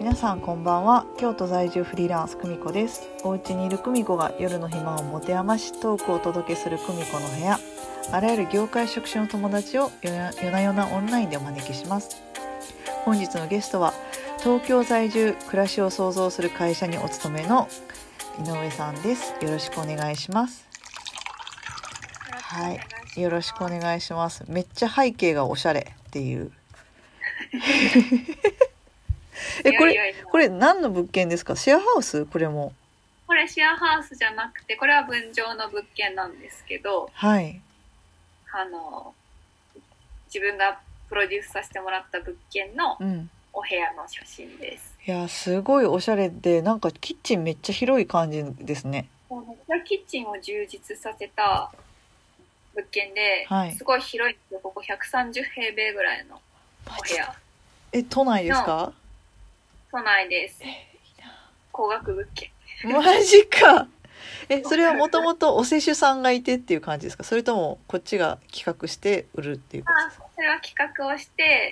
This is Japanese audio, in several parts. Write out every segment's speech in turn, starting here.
皆さんこんばんは。京都在住フリーランス久美子です。お家にいる久美子が夜の暇を持て余しトークをお届けする久美子の部屋。あらゆる業界職種の友達を夜な夜なオンラインでお招きします。本日のゲストは東京在住、暮らしを創造する会社にお勤めの井上さんです。よろしくお願いします。はい、よろしくお願いします。めっちゃ背景がおしゃれっていうこれ何の物件ですか？シェアハウス？これシェアハウスじゃなくて、これは分譲の物件なんですけど、 はい、 自分がプロデュースさせてもらった物件のお部屋の写真です。 いやすごいおしゃれで、なんかキッチンめっちゃ広い感じですね。 めっちゃキッチンを充実させた物件で、 はい、 すごい広いんですよ。ここ130平米ぐらいのお部屋。 都内ですか？ 都内です。高額物件。 マジか。それはもともとお施主さんがいてっていう感じですか？それともこっちが企画して売るっていうことですか？ それは企画をして、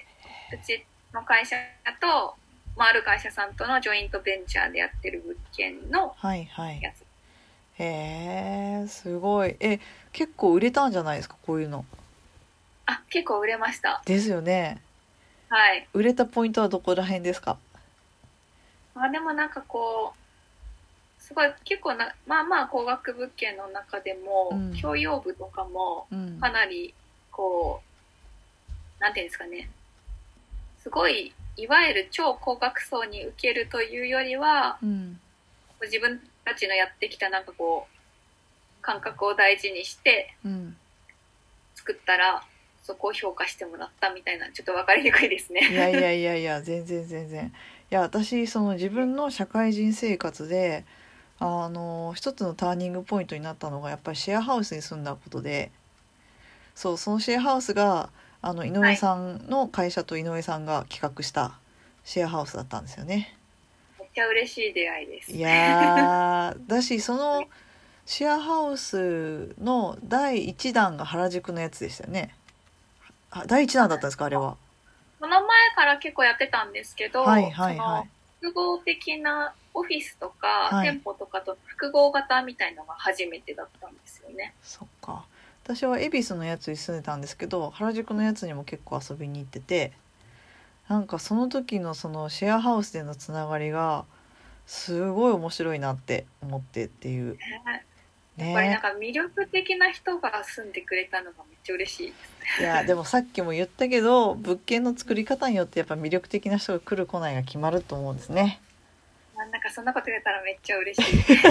うちの会社と、ある会社さんとのジョイントベンチャーでやってる物件のやつ。 はいはい。へえ、すごい。結構売れたんじゃないですか、こういうの。 結構売れました。 ですよね。 はい。 売れたポイントはどこら辺ですか？ でもなんかこう、すごい結構高額物件の中でも、共用部とかもかなりこう、なんていうんですかね、すごいいわゆる超高額層に受けるというよりは、自分たちのやってきたなんかこう感覚を大事にして作ったら、そこを評価してもらったみたいな、ちょっと分かりにくいですね。 いや全然。いや私その自分の社会人生活で一つのターニングポイントになったのがやっぱりシェアハウスに住んだことで、そのシェアハウスが井上さんの会社と井上さんが企画したシェアハウスだったんですよね。 めっちゃ嬉しい出会いです。 いやだし、そのシェアハウスの第1弾が原宿のやつでしたよね。第1弾だったんですか？あれは。 その前から結構やってたんですけど、その複合的なオフィスとか、店舗とかと複合型みたいなのが初めてだったんですよね。 そっか。私は恵比寿のやつに住んでたんですけど、原宿のやつにも結構遊びに行ってて、なんかその時のそのシェアハウスでのつながりがすごい面白いなって思ってっていう、 やっぱりなんか魅力的な人が住んでくれたのがめっちゃ嬉しいですね。 いやでもさっきも言ったけど、物件の作り方によってやっぱ魅力的な人が来る来ないが決まると思うんですね。 なんかそんなこと言えたらめっちゃ嬉しい。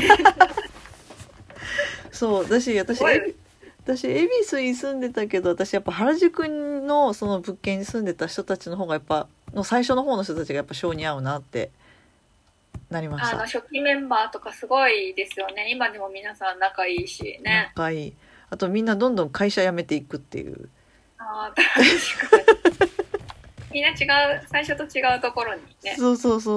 そうだし、私恵比寿に住んでたけど、私やっぱ原宿のその物件に住んでた人たちの方がやっぱの最初の方の人たちがやっぱ性に合うなってなりました。 初期メンバーとかすごいですよね。今でも皆さん仲いいしね。 仲いい。あとみんなどんどん会社辞めていくっていう。 確かに。みんな最初と違うところにね。 そう。それ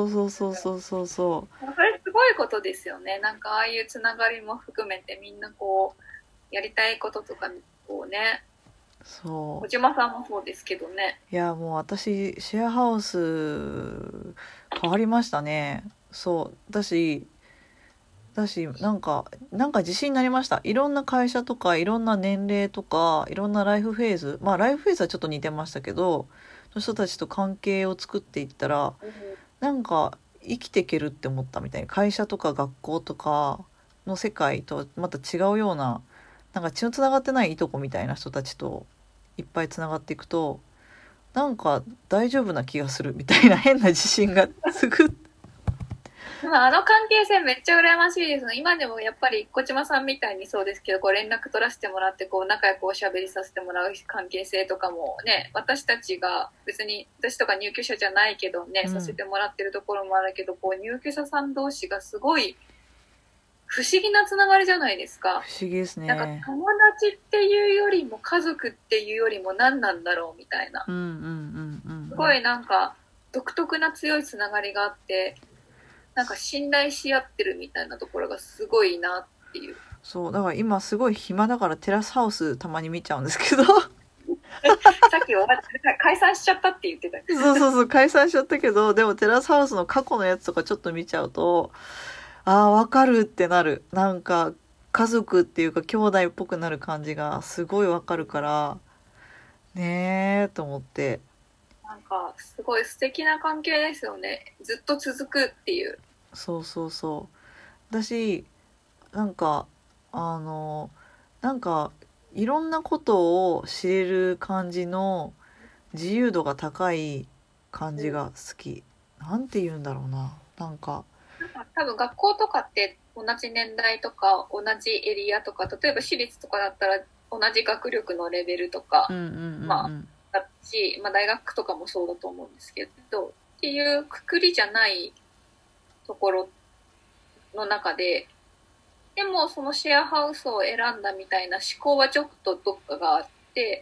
すごいことですよね。なんかああいうつながりも含めてみんなこうやりたいこととかこうね。そう。小島さんもそうですけどね。 いやもう私シェアハウス変わりましたね。そうだしなんか自信になりました。いろんな会社とかいろんな年齢とかいろんなライフフェーズ、ライフフェーズはちょっと似てましたけど、その人たちと関係を作っていったら、なんか生きていけるって思ったみたいに、会社とか学校とかの世界とまた違うような、なんか血のつながってないいとこみたいな人たちといっぱいつながっていくと、なんか大丈夫な気がするみたいな変な自信がつく。 あの関係性めっちゃ羨ましいですね。今でもやっぱり小島さんみたいにそうですけど、こう連絡取らせてもらってこう仲良くおしゃべりさせてもらう関係性とかもね、私たちが別に私とか入居者じゃないけどね、させてもらってるところもあるけど、こう入居者さん同士がすごい不思議なつながりじゃないですか。 不思議ですね。 なんか友達っていうよりも家族っていうよりも何なんだろうみたいな、すごいなんか独特な強いつながりがあって、なんか信頼し合ってるみたいなところがすごいなっていう。 そうだから今すごい暇だからテラスハウスたまに見ちゃうんですけどさっき解散しちゃったって言ってた。 そうそうそう、解散しちゃったけど、でもテラスハウスの過去のやつとかちょっと見ちゃうと、ああ、わかるってなる。なんか、家族っていうか兄弟っぽくなる感じがすごいわかるから、ねえと思って。 なんか、すごい素敵な関係ですよね。ずっと続くっていう。 そうそうそう。だし、なんか、あの、なんか、いろんなことを知れる感じの自由度が高い感じが好き。なんて言うんだろうな。なんか、 なんか多分学校とかって同じ年代とか同じエリアとか、例えば私立とかだったら同じ学力のレベルとか、 うんうんうんうん。 まあ、だし、まあ大学とかもそうだと思うんですけど、っていうくくりじゃないところの中で、でもそのシェアハウスを選んだみたいな思考はちょっとどっかがあって、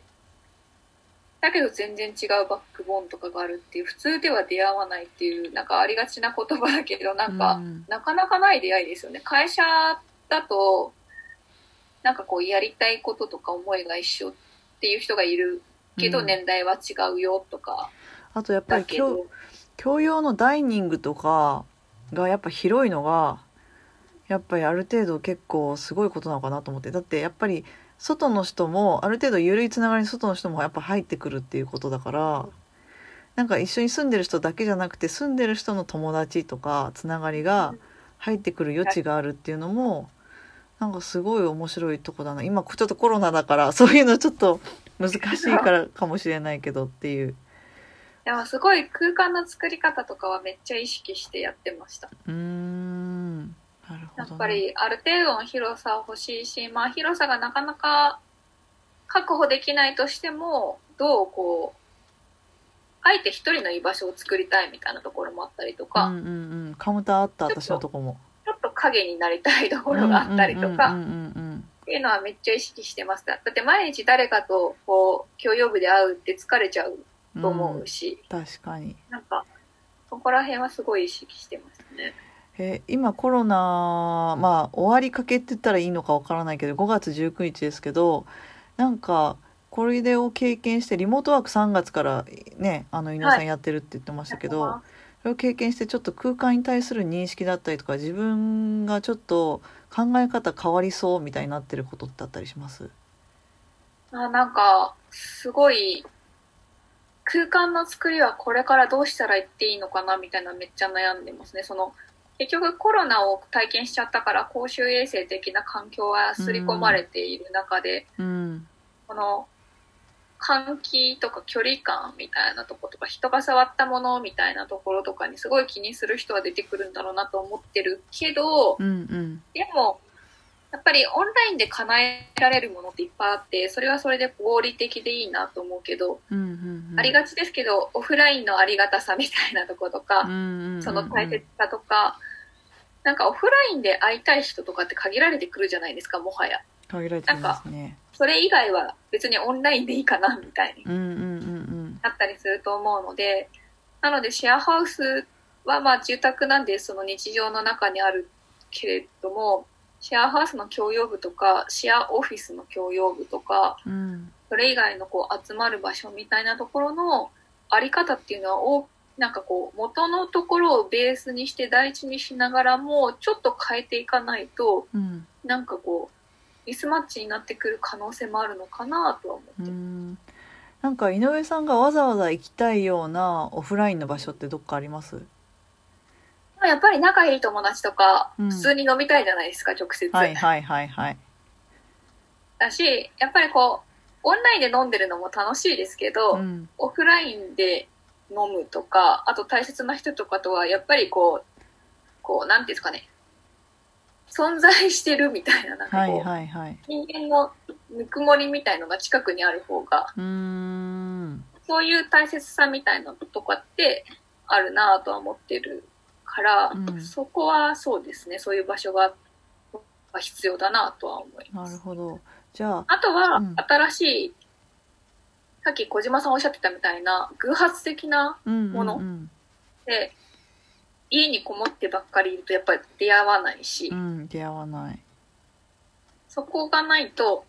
だけど全然違うバックボーンとかがあるっていう、普通では出会わないっていう、なんかありがちな言葉だけど、なんか、なかなかない出会いですよね。会社だと、なんかこうやりたいこととか思いが一緒っていう人がいるけど、年代は違うよとか。 あとやっぱり共用のダイニングとかがやっぱ広いのが、やっぱりある程度結構すごいことなのかなと思って。だってやっぱり外の人もある程度緩いつながりに外の人もやっぱ入ってくるっていうことだから、なんか一緒に住んでる人だけじゃなくて、住んでる人の友達とかつながりが入ってくる余地があるっていうのも、なんかすごい面白いとこだな。今ちょっとコロナだからそういうのちょっと難しいからかもしれないけどっていう。 でもすごい空間の作り方とかはめっちゃ意識してやってました。 なるほどね。 やっぱりある程度の広さ欲しいし、まあ広さがなかなか確保できないとしても、どうこう、あえて一人の居場所を作りたいみたいなところもあったりとか、 カウンターあった、私のとこも。 ちょっと影になりたいところがあったりとか、っていうのはめっちゃ意識してます。だって毎日誰かとこう、共用部で会うって疲れちゃうと思うし、 確かに。 なんか、そこら辺はすごい意識してますね。 今コロナ、まあ終わりかけって言ったらいいのかわからないけど、5月19日ですけど、なんか、これを経験して、リモートワーク3月からね、井上さんやってるって言ってましたけど、それを経験してちょっと空間に対する認識だったりとか、自分がちょっと考え方変わりそうみたいになってることってあったりします？ なんか、すごい、空間の作りはこれからどうしたら言っていいのかなみたいなめっちゃ悩んでますね。結局コロナを体験しちゃったから公衆衛生的な環境は刷り込まれている中で、この換気とか距離感みたいなとことか、人が触ったものみたいなところとかにすごい気にする人は出てくるんだろうなと思ってるけど、でもやっぱりオンラインで叶えられるものっていっぱいあって、それはそれで合理的でいいなと思うけど、ありがちですけど、オフラインのありがたさみたいなとことか、その大切さとか、なんかオフラインで会いたい人とかって限られてくるじゃないですか、もはや。 限られてきますね。 それ以外は別にオンラインでいいかなみたいになったりすると思うので、なのでシェアハウスはまあ住宅なんでその日常の中にあるけれども、シェアハウスの共用部とかシェアオフィスの共用部とか、それ以外のこう集まる場所みたいなところのあり方っていうのはなんかこう元のところをベースにして大事にしながらもちょっと変えていかないと、なんかこうミスマッチになってくる可能性もあるのかなとは思ってる。 なんか井上さんがわざわざ行きたいようなオフラインの場所ってどっかあります？ やっぱり仲いい友達とか、普通に飲みたいじゃないですか、直接。 はいはいはいはい。 だし、やっぱりこう、オンラインで飲んでるのも楽しいですけど、オフラインで飲むとか、あと大切な人とかとは、やっぱりこう、なんていうんですかね、存在してるみたいな、なんかこう、人間のぬくもりみたいのが近くにある方が、そういう大切さみたいなとかってあるなとは思ってるから、そこはそうですね、そういう場所が必要だなとは思います。 なるほど。じゃあ、 あとは、新しい、さっき小島さんおっしゃってたみたいな偶発的なもので、家にこもってばっかりいるとやっぱり出会わないし、 出会わない。 そこがないと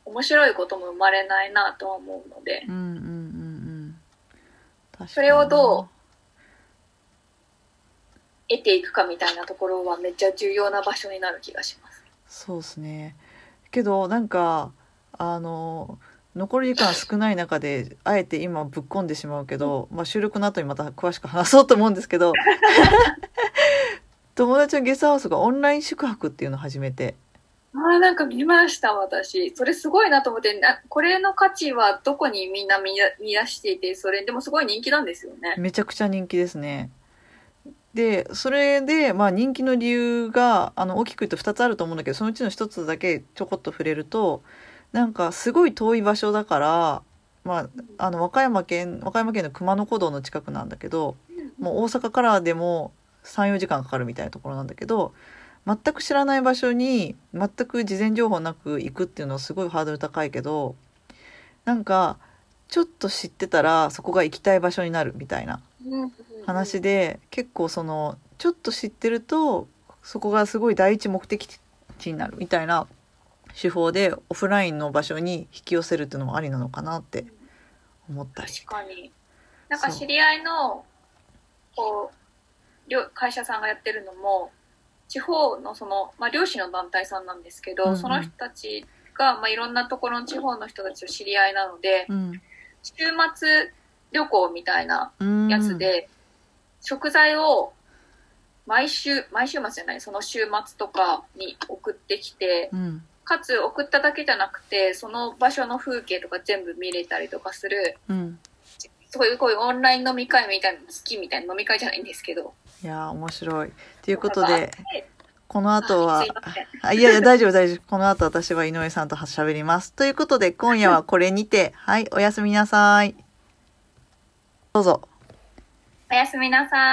面白いことも生まれないなとは思うので、 うんうんうんうん、確かにそれをどう得ていくかみたいなところはめっちゃ重要な場所になる気がします。 そうですね。けどなんか残り時間少ない中であえて今ぶっ込んでしまうけど、まあ、収録の後にまた詳しく話そうと思うんですけど友達のゲストハウスがオンライン宿泊っていうのを始めて、 なんか見ました私。それすごいなと思って、これの価値はどこにみんな見出していて、それでもすごい人気なんですよね。 めちゃくちゃ人気ですね。でそれで、まあ、人気の理由が大きく言うと2つあると思うんだけど、そのうちの1つだけちょこっと触れると、なんかすごい遠い場所だから、まあ、和歌山県の熊野古道の近くなんだけど、もう大阪からでも3、4時間かかるみたいなところなんだけど、全く知らない場所に全く事前情報なく行くっていうのはすごいハードル高いけど、なんかちょっと知ってたらそこが行きたい場所になるみたいな話で、結構そのちょっと知ってるとそこがすごい第一目的地になるみたいな手法でオフラインの場所に引き寄せるっていうのもありなのかなって思ったり。 確かに。なんか知り合いのこう会社さんがやってるのも地方の漁師の団体さんなんですけど、うんうん、その人たちが、いろんなところの地方の人たちと知り合いなので、うん、週末旅行みたいなやつで、食材を毎週末じゃない、その週末とかに送ってきて、かつ送っただけじゃなくてその場所の風景とか全部見れたりとかする、そういうこういうオンライン飲み会みたいな、好きみたいな飲み会じゃないんですけど、 いや面白いということで、この後はいや大丈夫この後私は井上さんと喋りますということで、今夜はこれにてはい、おやすみなさい。どうぞ。 おやすみなさい。